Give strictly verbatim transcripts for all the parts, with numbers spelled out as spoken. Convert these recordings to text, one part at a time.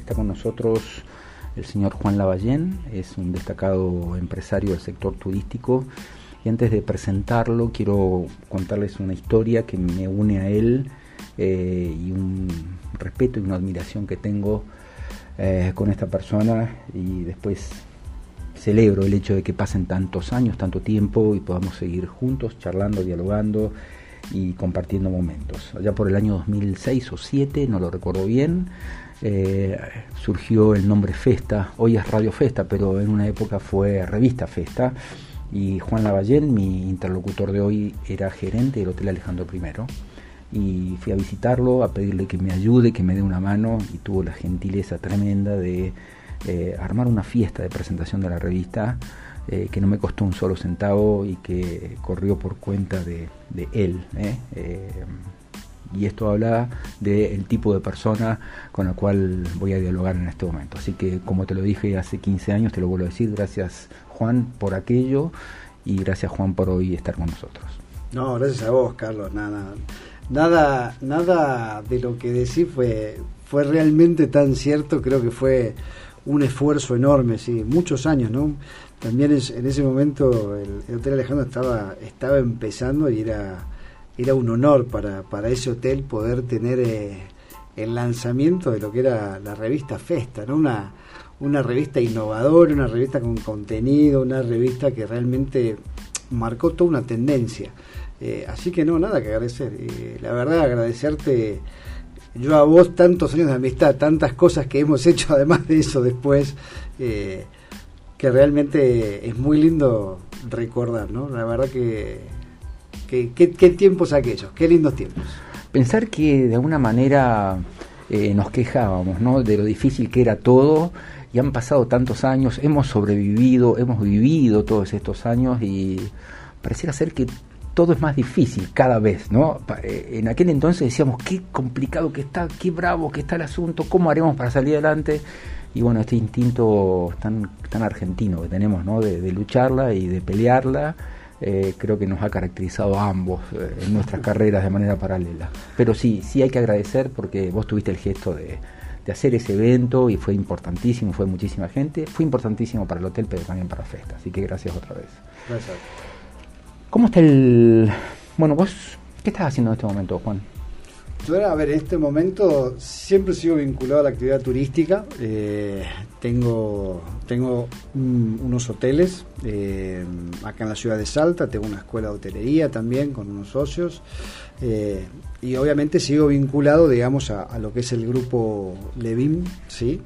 está con nosotros el señor Juan Lavallén, es un destacado empresario del sector turístico, y antes de presentarlo quiero contarles una historia que me une a él eh, y un respeto y una admiración que tengo eh, con esta persona, y después celebro el hecho de que pasen tantos años, tanto tiempo, y podamos seguir juntos charlando, dialogando y compartiendo momentos. Allá por el año dos mil seis o dos mil siete, no lo recuerdo bien, eh, surgió el nombre Festa. Hoy es Radio Festa, pero en una época fue Revista Festa, y Juan Lavallén, mi interlocutor de hoy, era gerente del Hotel Alejandro primero, y fui a visitarlo, a pedirle que me ayude, que me dé una mano, y tuvo la gentileza tremenda de eh, armar una fiesta de presentación de la revista, Eh, que no me costó un solo centavo y que corrió por cuenta de, de él, ¿eh? Eh, y esto habla del tipo de persona con la cual voy a dialogar en este momento. Así que, como te lo dije hace quince años, te lo vuelvo a decir: gracias, Juan, por aquello, y gracias, Juan, por hoy estar con nosotros. No, gracias a vos, Carlos. Nada, nada, nada de lo que decís fue, fue realmente tan cierto. Creo que fue un esfuerzo enorme, sí, muchos años, ¿no? También es, en ese momento el, el Hotel Alejandro estaba estaba empezando, y era era un honor para, para ese hotel poder tener eh, el lanzamiento de lo que era la revista Festa, ¿no? Una, una revista innovadora, una revista con contenido, una revista que realmente marcó toda una tendencia. Eh, así que no, nada que agradecer. Eh, la verdad, agradecerte yo a vos, tantos años de amistad, tantas cosas que hemos hecho además de eso después, eh, que realmente es muy lindo recordar, ¿no? La verdad que, que, que qué tiempos aquellos, qué lindos tiempos. Pensar que de alguna manera eh, nos quejábamos, ¿no?, de lo difícil que era todo, y han pasado tantos años, hemos sobrevivido, hemos vivido todos estos años, y pareciera ser que todo es más difícil cada vez, ¿no? En aquel entonces decíamos qué complicado que está, qué bravo que está el asunto, cómo haremos para salir adelante. Y bueno, este instinto tan tan argentino que tenemos, ¿no?, de, de lucharla y de pelearla, eh, creo que nos ha caracterizado a ambos eh, en nuestras carreras de manera paralela. Pero sí, sí hay que agradecer, porque vos tuviste el gesto de, de hacer ese evento, y fue importantísimo, fue muchísima gente, fue importantísimo para el hotel, pero también para Festa, así que gracias otra vez. Gracias. ¿Cómo está el...? Bueno, vos, ¿qué estás haciendo en este momento, Juan? Yo, a ver, en este momento siempre sigo vinculado a la actividad turística. Eh, tengo tengo un, unos hoteles eh, acá en la ciudad de Salta, tengo una escuela de hotelería también con unos socios, eh, y obviamente sigo vinculado, digamos, a, a lo que es el grupo Levin, ¿sí?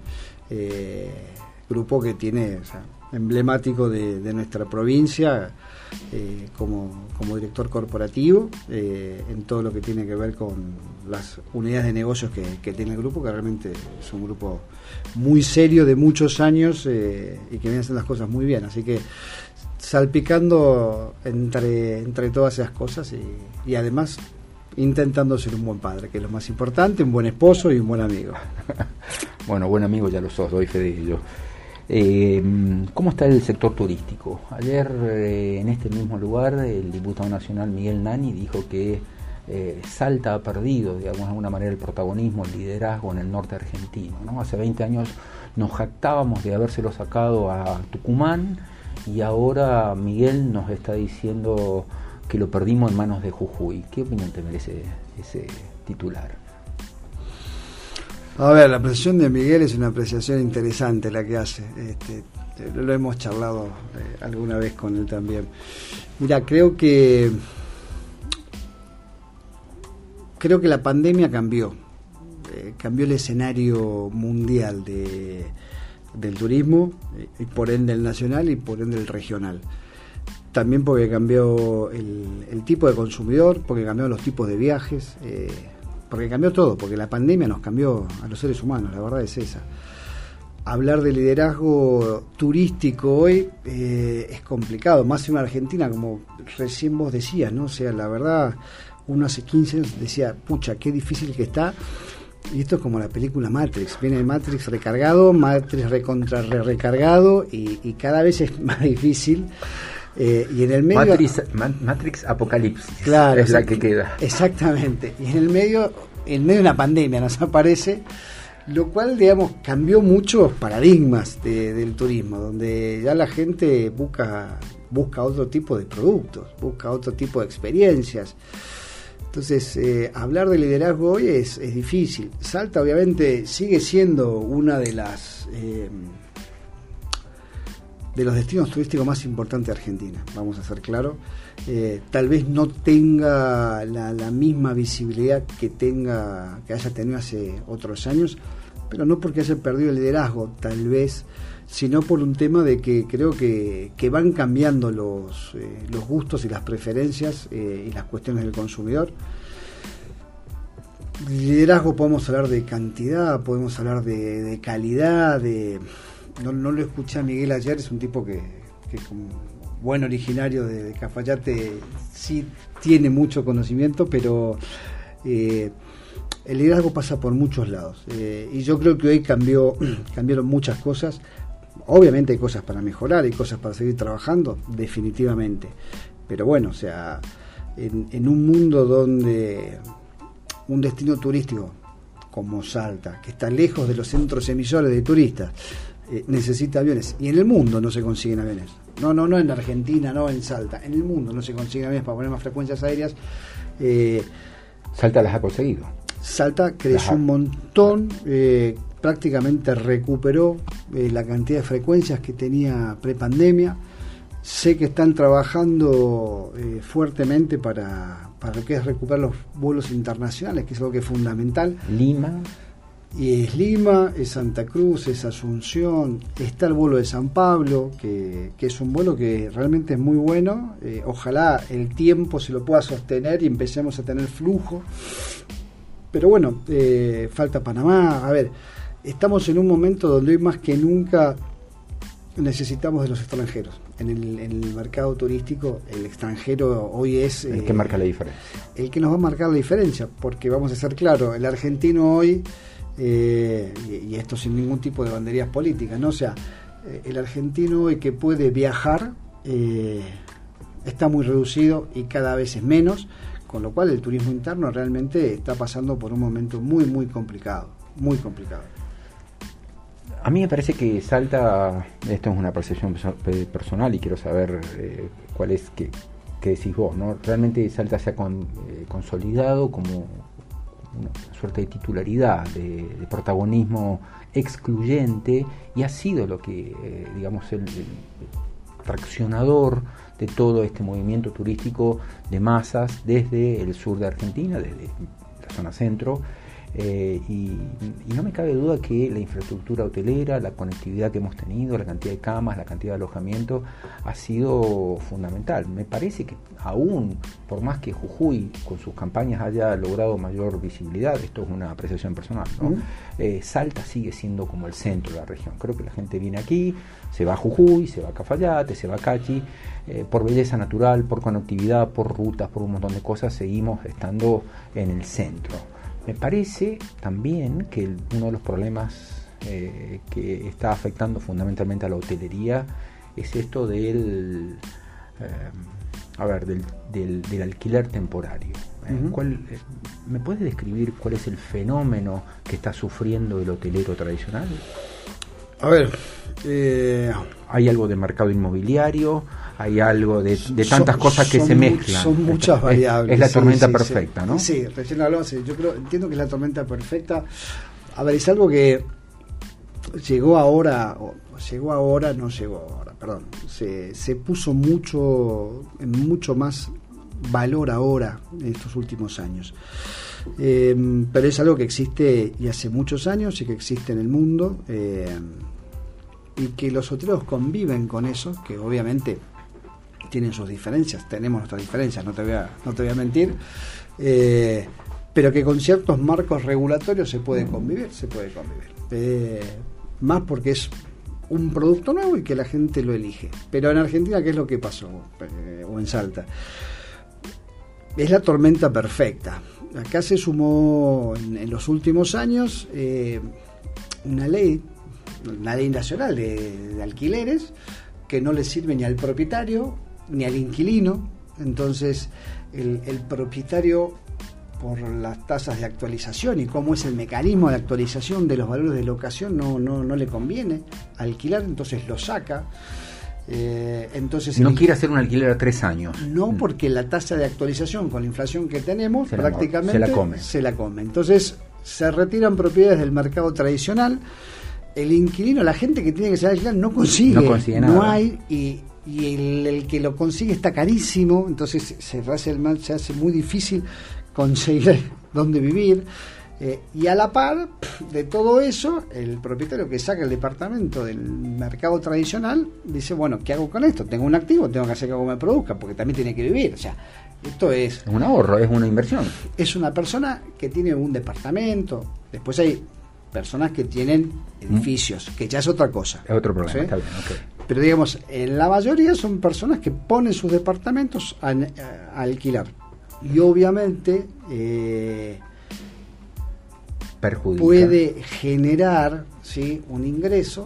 Eh, grupo que tiene, o sea, emblemático de, de nuestra provincia, eh, como, como director corporativo, eh, en todo lo que tiene que ver con las unidades de negocios que, que tiene el grupo, que realmente es un grupo muy serio de muchos años, eh, y que viene haciendo las cosas muy bien. Así que salpicando entre, entre todas esas cosas, y, y además intentando ser un buen padre, que es lo más importante, un buen esposo y un buen amigo. Bueno, buen amigo ya lo sos, doy fe de ello. Eh, ¿Cómo está el sector turístico? Ayer eh, en este mismo lugar el diputado nacional Miguel Nani dijo que eh, Salta ha perdido de alguna manera el protagonismo, el liderazgo en el norte argentino, ¿no? Hace veinte años nos jactábamos de habérselo sacado a Tucumán, y ahora Miguel nos está diciendo que lo perdimos en manos de Jujuy. ¿Qué opinión te merece ese titular? A ver, la apreciación de Miguel es una apreciación interesante la que hace. Este, lo hemos charlado eh, alguna vez con él también. Mira, creo que creo que la pandemia cambió, eh, cambió el escenario mundial de, del turismo, eh, y por ende el nacional y por ende el regional. También porque cambió el, el tipo de consumidor, porque cambiaron los tipos de viajes. Eh, Porque cambió todo, porque la pandemia nos cambió a los seres humanos, la verdad es esa. Hablar de liderazgo turístico hoy eh, es complicado, más en una Argentina, como recién vos decías, ¿no? O sea, la verdad, uno hace quince años decía, pucha, qué difícil que está. Y esto es como la película Matrix, viene Matrix recargado, Matrix recontra re recargado, y, y cada vez es más difícil. Eh, y en el medio Matrix, Ma- Matrix Apocalipsis, claro, es la que queda. Exactamente. Y en el medio, en medio de una pandemia nos aparece Lo cual, digamos, cambió muchos paradigmas de, del turismo, donde ya la gente busca, busca otro tipo de productos, busca otro tipo de experiencias. Entonces, eh, hablar de liderazgo hoy es, es difícil. Salta, obviamente, sigue siendo una de las... Eh, de los destinos turísticos más importantes de Argentina, vamos a ser claros. Eh, tal vez no tenga la, la misma visibilidad que tenga que haya tenido hace otros años, pero no porque haya perdido el liderazgo, tal vez, sino por un tema de que creo que, que van cambiando los, eh, los gustos y las preferencias eh, y las cuestiones del consumidor. Liderazgo, podemos hablar de cantidad, podemos hablar de, de calidad, de... No, no lo escuché a Miguel ayer, es un tipo que, que como buen originario de, de Cafayate sí tiene mucho conocimiento, pero eh, el liderazgo pasa por muchos lados. Eh, y yo creo que hoy cambió, cambiaron muchas cosas. Obviamente hay cosas para mejorar, hay cosas para seguir trabajando, definitivamente. Pero bueno, o sea, en, en un mundo donde un destino turístico como Salta, que está lejos de los centros emisores de turistas, Eh, necesita aviones, y en el mundo no se consiguen aviones, no no no en Argentina, no en Salta, en el mundo no se consiguen aviones para poner más frecuencias aéreas. eh, Salta las ha conseguido. Salta creció un montón, eh, prácticamente recuperó eh, la cantidad de frecuencias que tenía prepandemia. Sé que están trabajando eh, fuertemente para, para lo que es recuperar los vuelos internacionales, que es algo que es fundamental. Lima. Y es Lima, es Santa Cruz, es Asunción, está el vuelo de San Pablo, que, que es un vuelo que realmente es muy bueno. Eh, ojalá el tiempo se lo pueda sostener y empecemos a tener flujo. Pero bueno, eh, falta Panamá. A ver, estamos en un momento donde hoy más que nunca necesitamos de los extranjeros. En el, en el mercado turístico, el extranjero hoy es... El eh, que marca la diferencia. El que nos va a marcar la diferencia, porque vamos a ser claros, el argentino hoy... Eh, y, y esto sin ningún tipo de banderías políticas, ¿no? O sea, eh, el argentino hoy que puede viajar eh, está muy reducido y cada vez es menos, con lo cual el turismo interno realmente está pasando por un momento muy muy complicado, muy complicado. A mí me parece que Salta, esto es una percepción personal y quiero saber eh, cuál es que, que decís vos, ¿no? Realmente Salta se ha con, eh, consolidado como una suerte de titularidad, de, de protagonismo excluyente, y ha sido lo que, eh, digamos, el, el traccionador de todo este movimiento turístico de masas desde el sur de Argentina, desde la zona centro. Eh, y, y no me cabe duda que la infraestructura hotelera, la conectividad que hemos tenido, la cantidad de camas, la cantidad de alojamiento ha sido fundamental. Me parece que aún, por más que Jujuy con sus campañas haya logrado mayor visibilidad, esto es una apreciación personal, ¿no? Uh-huh. eh, Salta sigue siendo como el centro de la región. Creo que la gente viene aquí, se va a Jujuy, se va a Cafayate, se va a Cachi, eh, por belleza natural, por conectividad, por rutas, por un montón de cosas, seguimos estando en el centro. Me parece también que el, uno de los problemas eh, que está afectando fundamentalmente a la hotelería es esto del, eh, a ver, del, del, del alquiler temporario. Eh, uh-huh. ¿cuál, eh, ¿Me puedes describir cuál es el fenómeno que está sufriendo el hotelero tradicional? A ver, eh... ¿hay algo de mercado inmobiliario? ¿Hay algo de, de tantas son, cosas que son se mezclan? Son muchas es, variables. Es la tormenta sí, perfecta, sí, ¿no? Sí, recién hablamos, yo creo, entiendo que es la tormenta perfecta. A ver, es algo que llegó ahora, o llegó ahora, no llegó ahora, perdón. Se, se puso mucho, mucho más valor ahora en estos últimos años. Eh, pero es algo que existe y hace muchos años y que existe en el mundo. Eh, y que los hoteleros conviven con eso, que obviamente tienen sus diferencias, tenemos nuestras diferencias, no te voy a, no te voy a mentir, eh, pero que con ciertos marcos regulatorios se puede convivir, se puede convivir. Eh, más porque es un producto nuevo y que la gente lo elige. Pero en Argentina, ¿qué es lo que pasó? Eh, o en Salta. Es la tormenta perfecta. Acá se sumó en, en los últimos años eh, una ley, una ley nacional de, de alquileres que no le sirve ni al propietario ni al inquilino. Entonces el, el propietario por las tasas de actualización y cómo es el mecanismo de actualización de los valores de locación, no, no, no le conviene alquilar, entonces lo saca. Eh, entonces no el, quiere hacer un alquiler a tres años. No, porque la tasa de actualización con la inflación que tenemos se prácticamente la, se la come. Se la come. Entonces se retiran propiedades del mercado tradicional. El inquilino, la gente que tiene que salir a alquilar no consigue, no consigue nada. No hay, y, y el, el que lo consigue está carísimo, entonces se hace, el mal, se hace muy difícil conseguir dónde vivir. Eh, y a la par de todo eso, el propietario que saca el departamento del mercado tradicional dice, bueno, ¿qué hago con esto? Tengo un activo, tengo que hacer que algo me produzca, porque también tiene que vivir. O sea, esto es... Es un ahorro, es una inversión. Es una persona que tiene un departamento, después hay personas que tienen edificios, ¿Mm? que ya es otra cosa. Es otro problema, ¿sí? Está bien, okay. Pero digamos, en la mayoría son personas que ponen sus departamentos a, a alquilar. Y obviamente... Eh, Perjudica. Puede generar, ¿sí?, un ingreso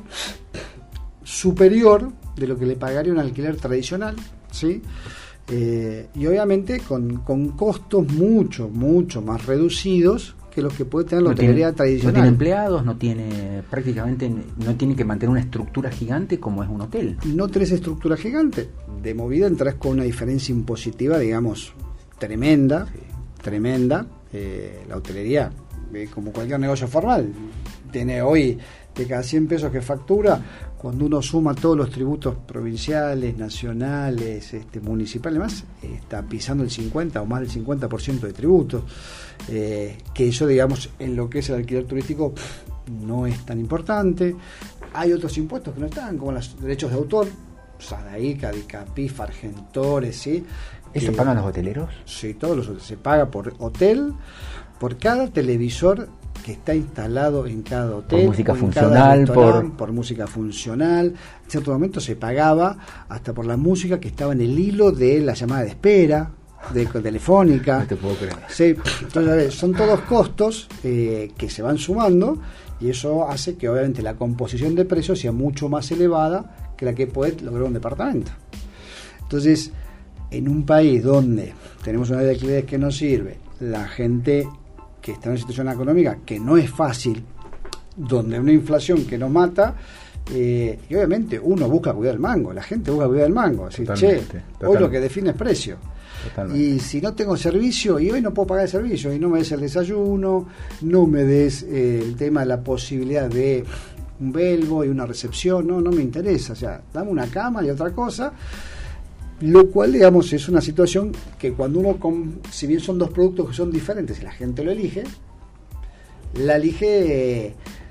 superior de lo que le pagaría un alquiler tradicional, ¿sí? Eh, y obviamente con, con costos mucho, mucho más reducidos que los que puede tener la no hotelería tiene, tradicional. No tiene empleados, no tiene prácticamente, no tiene que mantener una estructura gigante como es un hotel. No tenés estructura gigante. De movida entras con una diferencia impositiva, digamos, tremenda, sí. tremenda. Eh, la hotelería, eh, como cualquier negocio formal, tiene hoy de cada cien pesos que factura, cuando uno suma todos los tributos provinciales, nacionales, este, municipales, más, está pisando el cincuenta o más del cincuenta por ciento de tributos, eh, que eso, digamos, en lo que es el alquiler turístico no es tan importante. Hay otros impuestos que no están, como los derechos de autor, Sadaica, Dicapif, Argentores, ¿sí? ¿Eso que, pagan los hoteleros? Sí, todos los se paga por hotel, por cada televisor que está instalado en cada hotel, por música en funcional, por... por música funcional. En cierto momento se pagaba hasta por la música que estaba en el hilo de la llamada de espera de telefónica. No te puedo creer. Sí, entonces, a ver, son todos costos eh, que se van sumando, y eso hace que obviamente la composición de precios sea mucho más elevada que la que puede lograr un departamento. Entonces, en un país donde tenemos una ley de alquileres que no sirve, la gente que está en una situación económica que no es fácil, donde hay una inflación que nos mata, eh, y obviamente uno busca cuidar el mango, la gente busca cuidar el mango, así, che, hoy lo que define es precio. Totalmente. Y si no tengo servicio, y hoy no puedo pagar el servicio, y no me des el desayuno, no me des eh, el tema de la posibilidad de un velvo y una recepción, no, no me interesa, o sea, dame una cama y otra cosa. Lo cual, digamos, es una situación que cuando uno, con, si bien son dos productos que son diferentes y la gente lo elige, la elige eh,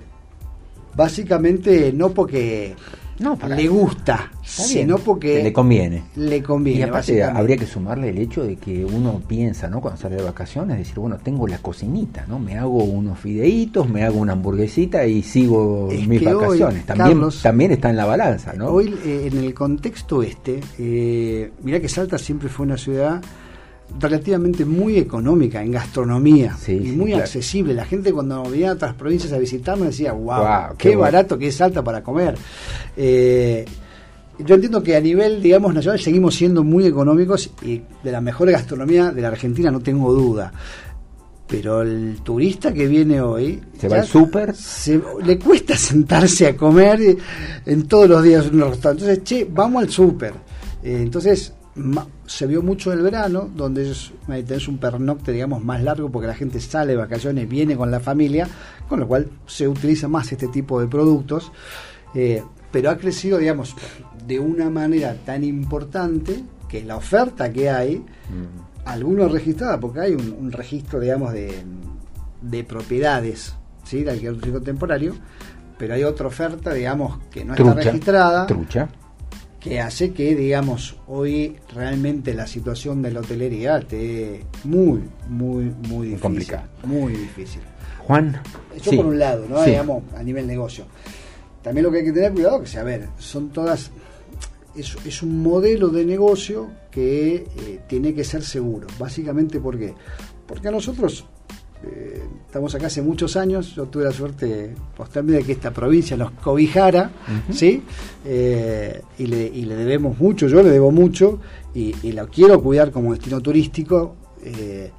básicamente no porque no, le gusta, sino porque le conviene. Le conviene. Y aparte habría que sumarle el hecho de que uno piensa, ¿no?, cuando sale de vacaciones, decir, bueno, tengo la cocinita, ¿no? Me hago unos fideitos, me hago una hamburguesita y sigo es mis vacaciones. Hoy, también, Carlos, también está en la balanza, ¿no? Hoy, eh, en el contexto este, eh, mirá que Salta siempre fue una ciudad relativamente muy económica en gastronomía, sí, y sí, muy claro. accesible. La gente cuando venía a otras provincias a visitarme decía, wow, wow qué, qué barato que es Salta para comer. Eh, yo entiendo que a nivel, digamos, nacional seguimos siendo muy económicos y de la mejor gastronomía de la Argentina, no tengo duda. Pero el turista que viene hoy se va al súper, le cuesta sentarse a comer en todos los días en un restaurante. Entonces, che, vamos al súper. Eh, entonces se vio mucho el verano, donde es, tenés un pernocte, digamos, más largo, porque la gente sale de vacaciones, viene con la familia, con lo cual se utiliza más este tipo de productos, eh, pero ha crecido, digamos, de una manera tan importante que la oferta que hay, mm. algunos registrada, porque hay un, un registro, digamos, de, de propiedades, ¿sí?, de alquiler turístico temporario, pero hay otra oferta, digamos, que no trucha, está registrada, trucha. que hace que, digamos, hoy realmente la situación de la hotelería esté muy, muy, muy difícil. Complicada. Muy difícil. Juan. Eso sí. por un lado, ¿no? Sí. Digamos, a nivel negocio. También lo que hay que tener cuidado, que sea, a ver, son todas... Es, es un modelo de negocio que eh, tiene que ser seguro. Básicamente, ¿por qué? Porque a nosotros... Eh, estamos acá hace muchos años, yo tuve la suerte posteriormente de que esta provincia nos cobijara, uh-huh. ¿sí? Eh, y, le, y le debemos mucho, yo le debo mucho y, y lo quiero cuidar como destino turístico, eh,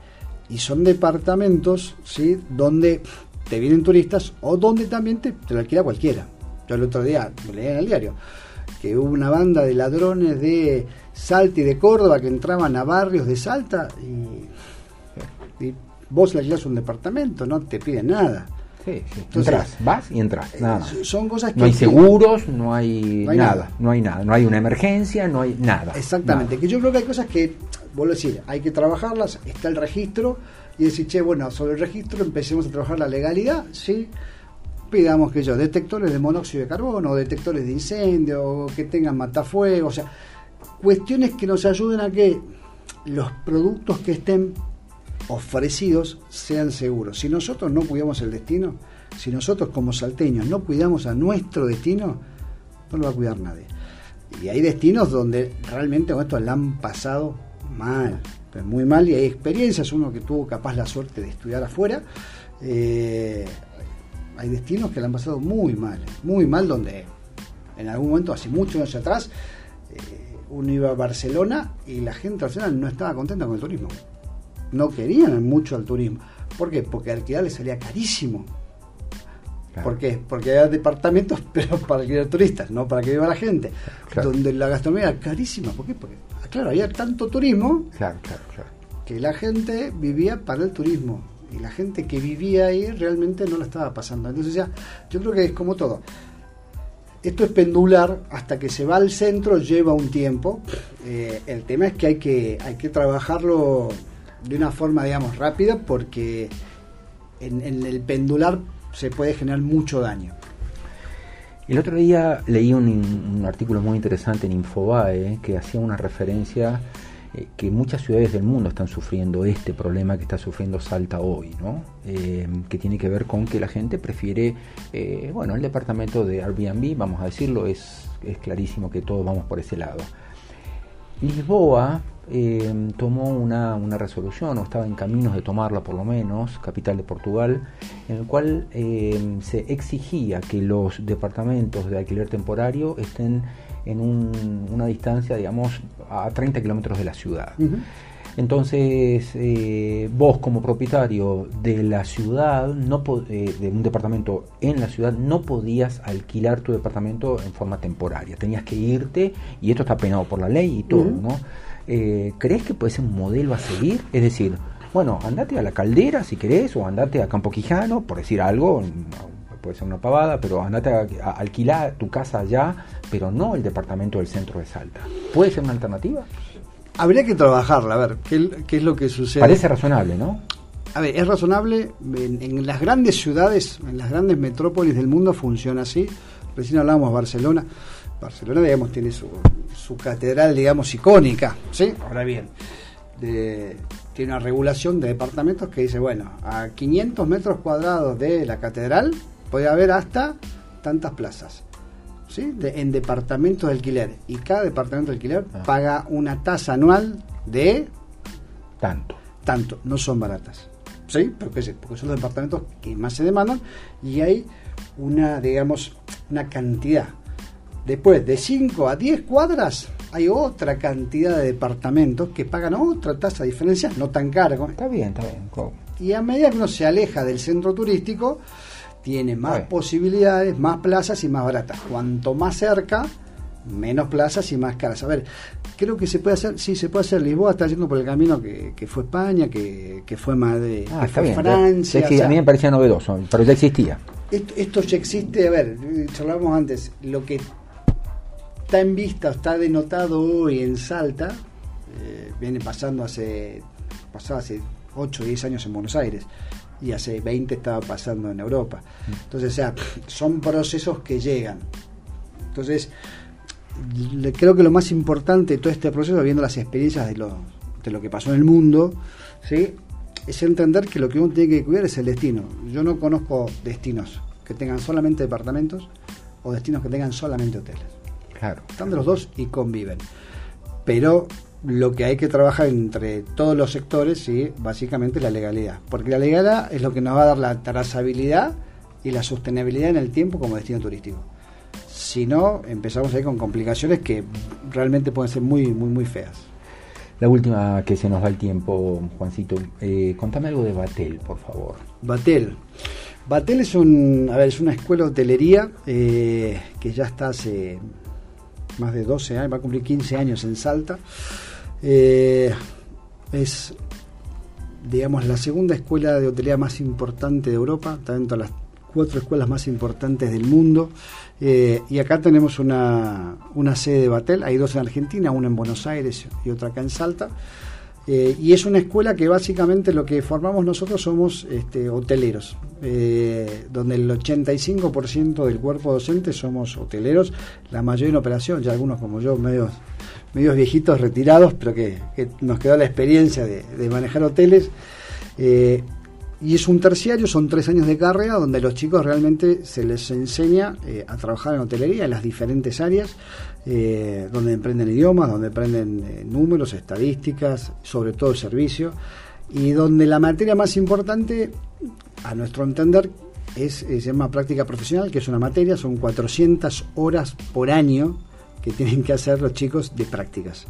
y son departamentos, ¿sí?, donde te vienen turistas o donde también te, te lo alquila cualquiera. Yo el otro día leí en el diario que hubo una banda de ladrones de Salta y de Córdoba que entraban a barrios de Salta y, y vos le alquilás un departamento, no te piden nada. Sí, sí. Entonces, entras, vas y entras, nada más. Son cosas que no hay seguros, no hay, no hay nada, nada, no hay nada, no hay una emergencia, no hay nada. Exactamente, nada. Que yo creo que hay cosas que, vuelvo a decir, hay que trabajarlas, está el registro, y decir, che, bueno, sobre el registro empecemos a trabajar la legalidad, sí, pidamos que yo, detectores de monóxido de carbono, o detectores de incendio, o que tengan matafuego, o sea, cuestiones que nos ayuden a que los productos que estén ofrecidos sean seguros. Si nosotros no cuidamos el destino, si nosotros como salteños no cuidamos a nuestro destino, no lo va a cuidar nadie. Y hay destinos donde realmente con esto la han pasado mal, muy mal, y hay experiencias, uno que tuvo capaz la suerte de estudiar afuera, eh, hay destinos que la han pasado muy mal, muy mal, donde en algún momento, hace muchos años atrás, eh, uno iba a Barcelona y la gente nacional no estaba contenta con el turismo, no querían mucho al turismo. ¿Por qué? Porque alquilar les salía carísimo. Claro. ¿Por qué? Porque había departamentos, pero para alquilar turistas, no para que viva la gente. Claro. Donde la gastronomía era carísima. ¿Por qué? Porque, claro, había tanto turismo, claro, claro, claro, que la gente vivía para el turismo. Y la gente que vivía ahí realmente no la estaba pasando. Entonces ya, yo creo que es como todo. Esto es pendular, hasta que se va al centro lleva un tiempo. Eh, el tema es que hay que, hay que trabajarlo de una forma, digamos, rápida, porque en, en el pendular se puede generar mucho daño. El otro día leí un, un artículo muy interesante en Infobae que hacía una referencia eh, que muchas ciudades del mundo están sufriendo este problema que está sufriendo Salta hoy, ¿no? Eh, que tiene que ver con que la gente prefiere, eh, bueno, el departamento de Airbnb, vamos a decirlo, es, es clarísimo que todos vamos por ese lado. Lisboa eh, tomó una, una resolución, o estaba en caminos de tomarla por lo menos, capital de Portugal, en el cual eh, se exigía que los departamentos de alquiler temporario estén en un, una distancia, digamos, a treinta kilómetros de la ciudad. Uh-huh. Entonces, eh, vos como propietario de la ciudad, no po- eh, de un departamento en la ciudad, no podías alquilar tu departamento en forma temporaria. Tenías que irte, y esto está penado por la ley y todo, uh-huh. ¿no? Eh, ¿Crees que puede ser un modelo a seguir? Es decir, bueno, andate a La Caldera si querés, o andate a Campo Quijano, por decir algo, puede ser una pavada, pero andate a, a alquilar tu casa allá, pero no el departamento del centro de Salta. ¿Puede ser una alternativa? Habría que trabajarla, a ver, ¿qué, qué es lo que sucede? Parece razonable, ¿no? A ver, es razonable, en, en las grandes ciudades, en las grandes metrópolis del mundo funciona así. Recién hablábamos de Barcelona. Barcelona, digamos, tiene su, su catedral, digamos, icónica, ¿sí? Ahora bien, de, tiene una regulación de departamentos que dice, bueno, a quinientos metros cuadrados de la catedral puede haber hasta tantas plazas, ¿sí? De, en departamentos de alquiler, y cada departamento de alquiler ah. paga una tasa anual de tanto. Tanto, no son baratas, ¿sí? Porque, porque son los departamentos que más se demandan, y hay una, digamos, una cantidad. Después, de cinco a diez cuadras, hay otra cantidad de departamentos que pagan otra tasa de diferencia, no tan cara. Está bien, está bien. ¿Cómo? Y a medida que uno se aleja del centro turístico, tiene más posibilidades, más plazas y más baratas. Cuanto más cerca, menos plazas y más caras. A ver, creo que se puede hacer, sí, se puede hacer. Lisboa está yendo por el camino que, que fue España, que, que fue Madrid, ah, que fue bien, Francia. Ya, o sea, a mí me parecía novedoso, pero ya existía. Esto, esto ya existe, a ver, charlábamos antes, lo que está en vista, está denotado hoy en Salta, eh, viene pasando hace, pasaba hace ocho o diez años en Buenos Aires, y hace veinte estaba pasando en Europa. Entonces, o sea, son procesos que llegan. Entonces, le, creo que lo más importante de todo este proceso, viendo las experiencias de lo, de lo que pasó en el mundo, ¿sí?, es entender que lo que uno tiene que cuidar es el destino. Yo no conozco destinos que tengan solamente departamentos o destinos que tengan solamente hoteles. Claro. Están de los dos y conviven. Pero lo que hay que trabajar entre todos los sectores, sí, básicamente es la legalidad. Porque la legalidad es lo que nos va a dar la trazabilidad y la sostenibilidad en el tiempo como destino turístico. Si no, empezamos ahí con complicaciones que realmente pueden ser muy, muy, muy feas. La última, que se nos va el tiempo, Juancito. Eh, contame algo de Batel, por favor. Batel. Batel es, un, a ver, es una escuela de hotelería eh, que ya está hace más de doce años, va a cumplir quince años en Salta. Eh, es, digamos, la segunda escuela de hotelería más importante de Europa, está dentro de las cuatro escuelas más importantes del mundo. Eh, y acá tenemos una, una sede de Batel, hay dos en Argentina, una en Buenos Aires y otra acá en Salta. Eh, y es una escuela que básicamente lo que formamos nosotros somos este, hoteleros, eh, donde el ochenta y cinco por ciento del cuerpo docente somos hoteleros, la mayoría en operación, ya algunos como yo, medios, medios viejitos retirados, pero que, que nos quedó la experiencia de, de manejar hoteles. Eh, y es un terciario, son tres años de carrera donde los chicos realmente se les enseña eh, a trabajar en hotelería en las diferentes áreas, eh, donde aprenden idiomas, donde aprenden eh, números, estadísticas, sobre todo el servicio, y donde la materia más importante, a nuestro entender, es, es se llama práctica profesional, que es una materia, son cuatrocientas horas por año que tienen que hacer los chicos de prácticas.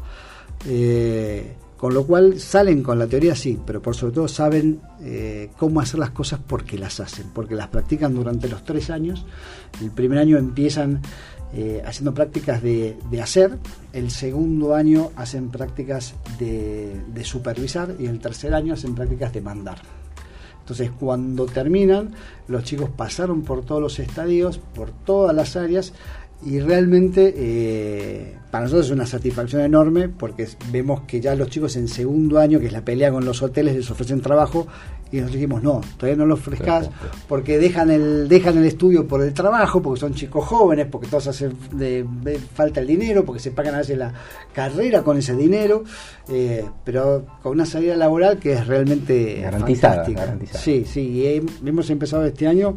Eh, Con lo cual salen con la teoría, sí, pero por sobre todo saben eh, cómo hacer las cosas porque las hacen, porque las practican durante los tres años. El primer año empiezan eh, haciendo prácticas de, de hacer, el segundo año hacen prácticas de, de supervisar y el tercer año hacen prácticas de mandar. Entonces, cuando terminan, los chicos pasaron por todos los estadios, por todas las áreas, y realmente eh, para nosotros es una satisfacción enorme porque vemos que ya los chicos en segundo año, que es la pelea con los hoteles, les ofrecen trabajo y nosotros dijimos no, todavía no lo ofrezcás porque dejan el dejan el estudio por el trabajo, porque son chicos jóvenes, porque todos hacen de, de, falta el dinero, porque se pagan a veces la carrera con ese dinero, eh, pero con una salida laboral que es realmente garantizada, fantástica. garantizada. Sí, sí, y hemos empezado este año.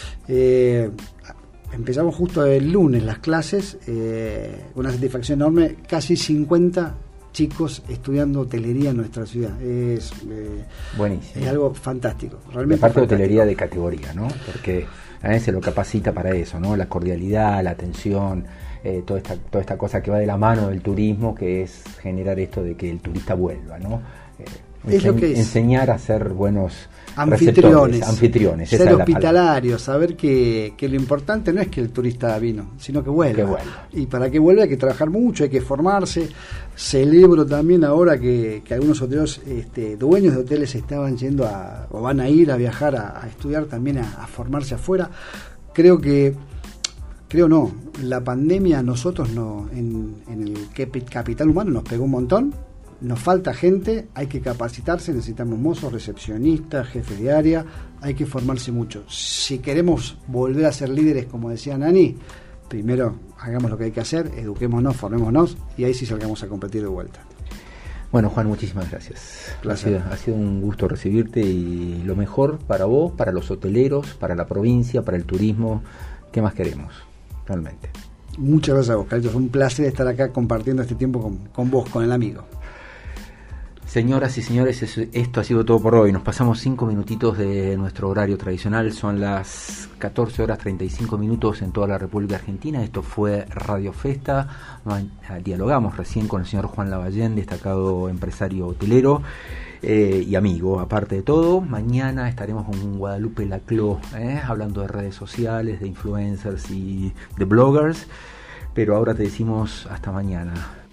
Eh, Empezamos justo el lunes las clases, eh, una satisfacción enorme, casi cincuenta chicos estudiando hotelería en nuestra ciudad. Es, eh, Buenísimo. Es algo fantástico. Realmente aparte fantástico. Hotelería de categoría, ¿no? Porque a veces se lo capacita para eso, ¿no? La cordialidad, la atención, eh, toda esta toda esta cosa que va de la mano del turismo, que es generar esto de que el turista vuelva, ¿no? Eh, es lo que es. Enseñar a ser buenos anfitriones, anfitriones ser hospitalarios, saber que, que lo importante no es que el turista vino, sino que vuelva. que vuelva. Y para que vuelva hay que trabajar mucho, hay que formarse. Celebro también ahora que, que algunos hoteleros, este, dueños de hoteles estaban yendo a, o van a ir a viajar a, a estudiar también, a, a formarse afuera. Creo que, creo no, la pandemia a nosotros no, en, en el capital humano nos pegó un montón. Nos falta gente, hay que capacitarse, necesitamos mozos, recepcionistas, jefes de área, hay que formarse mucho. Si queremos volver a ser líderes, como decía Nani, primero hagamos lo que hay que hacer, eduquémonos, formémonos y ahí sí salgamos a competir de vuelta. Bueno, Juan, muchísimas gracias. Ha sido, ha sido un gusto recibirte y lo mejor para vos, para los hoteleros, para la provincia, para el turismo. ¿Qué más queremos? Realmente. Muchas gracias a vos, Carlitos. Fue un placer estar acá compartiendo este tiempo con, con vos, con el amigo. Señoras y señores, esto ha sido todo por hoy. Nos pasamos cinco minutitos de nuestro horario tradicional. Son las catorce horas treinta y cinco minutos en toda la República Argentina. Esto fue Radio Festa. Dialogamos recién con el señor Juan Lavallén, destacado empresario hotelero eh, y amigo, aparte de todo. Mañana estaremos con Guadalupe Laclau, eh, hablando de redes sociales, de influencers y de bloggers. Pero ahora te decimos hasta mañana.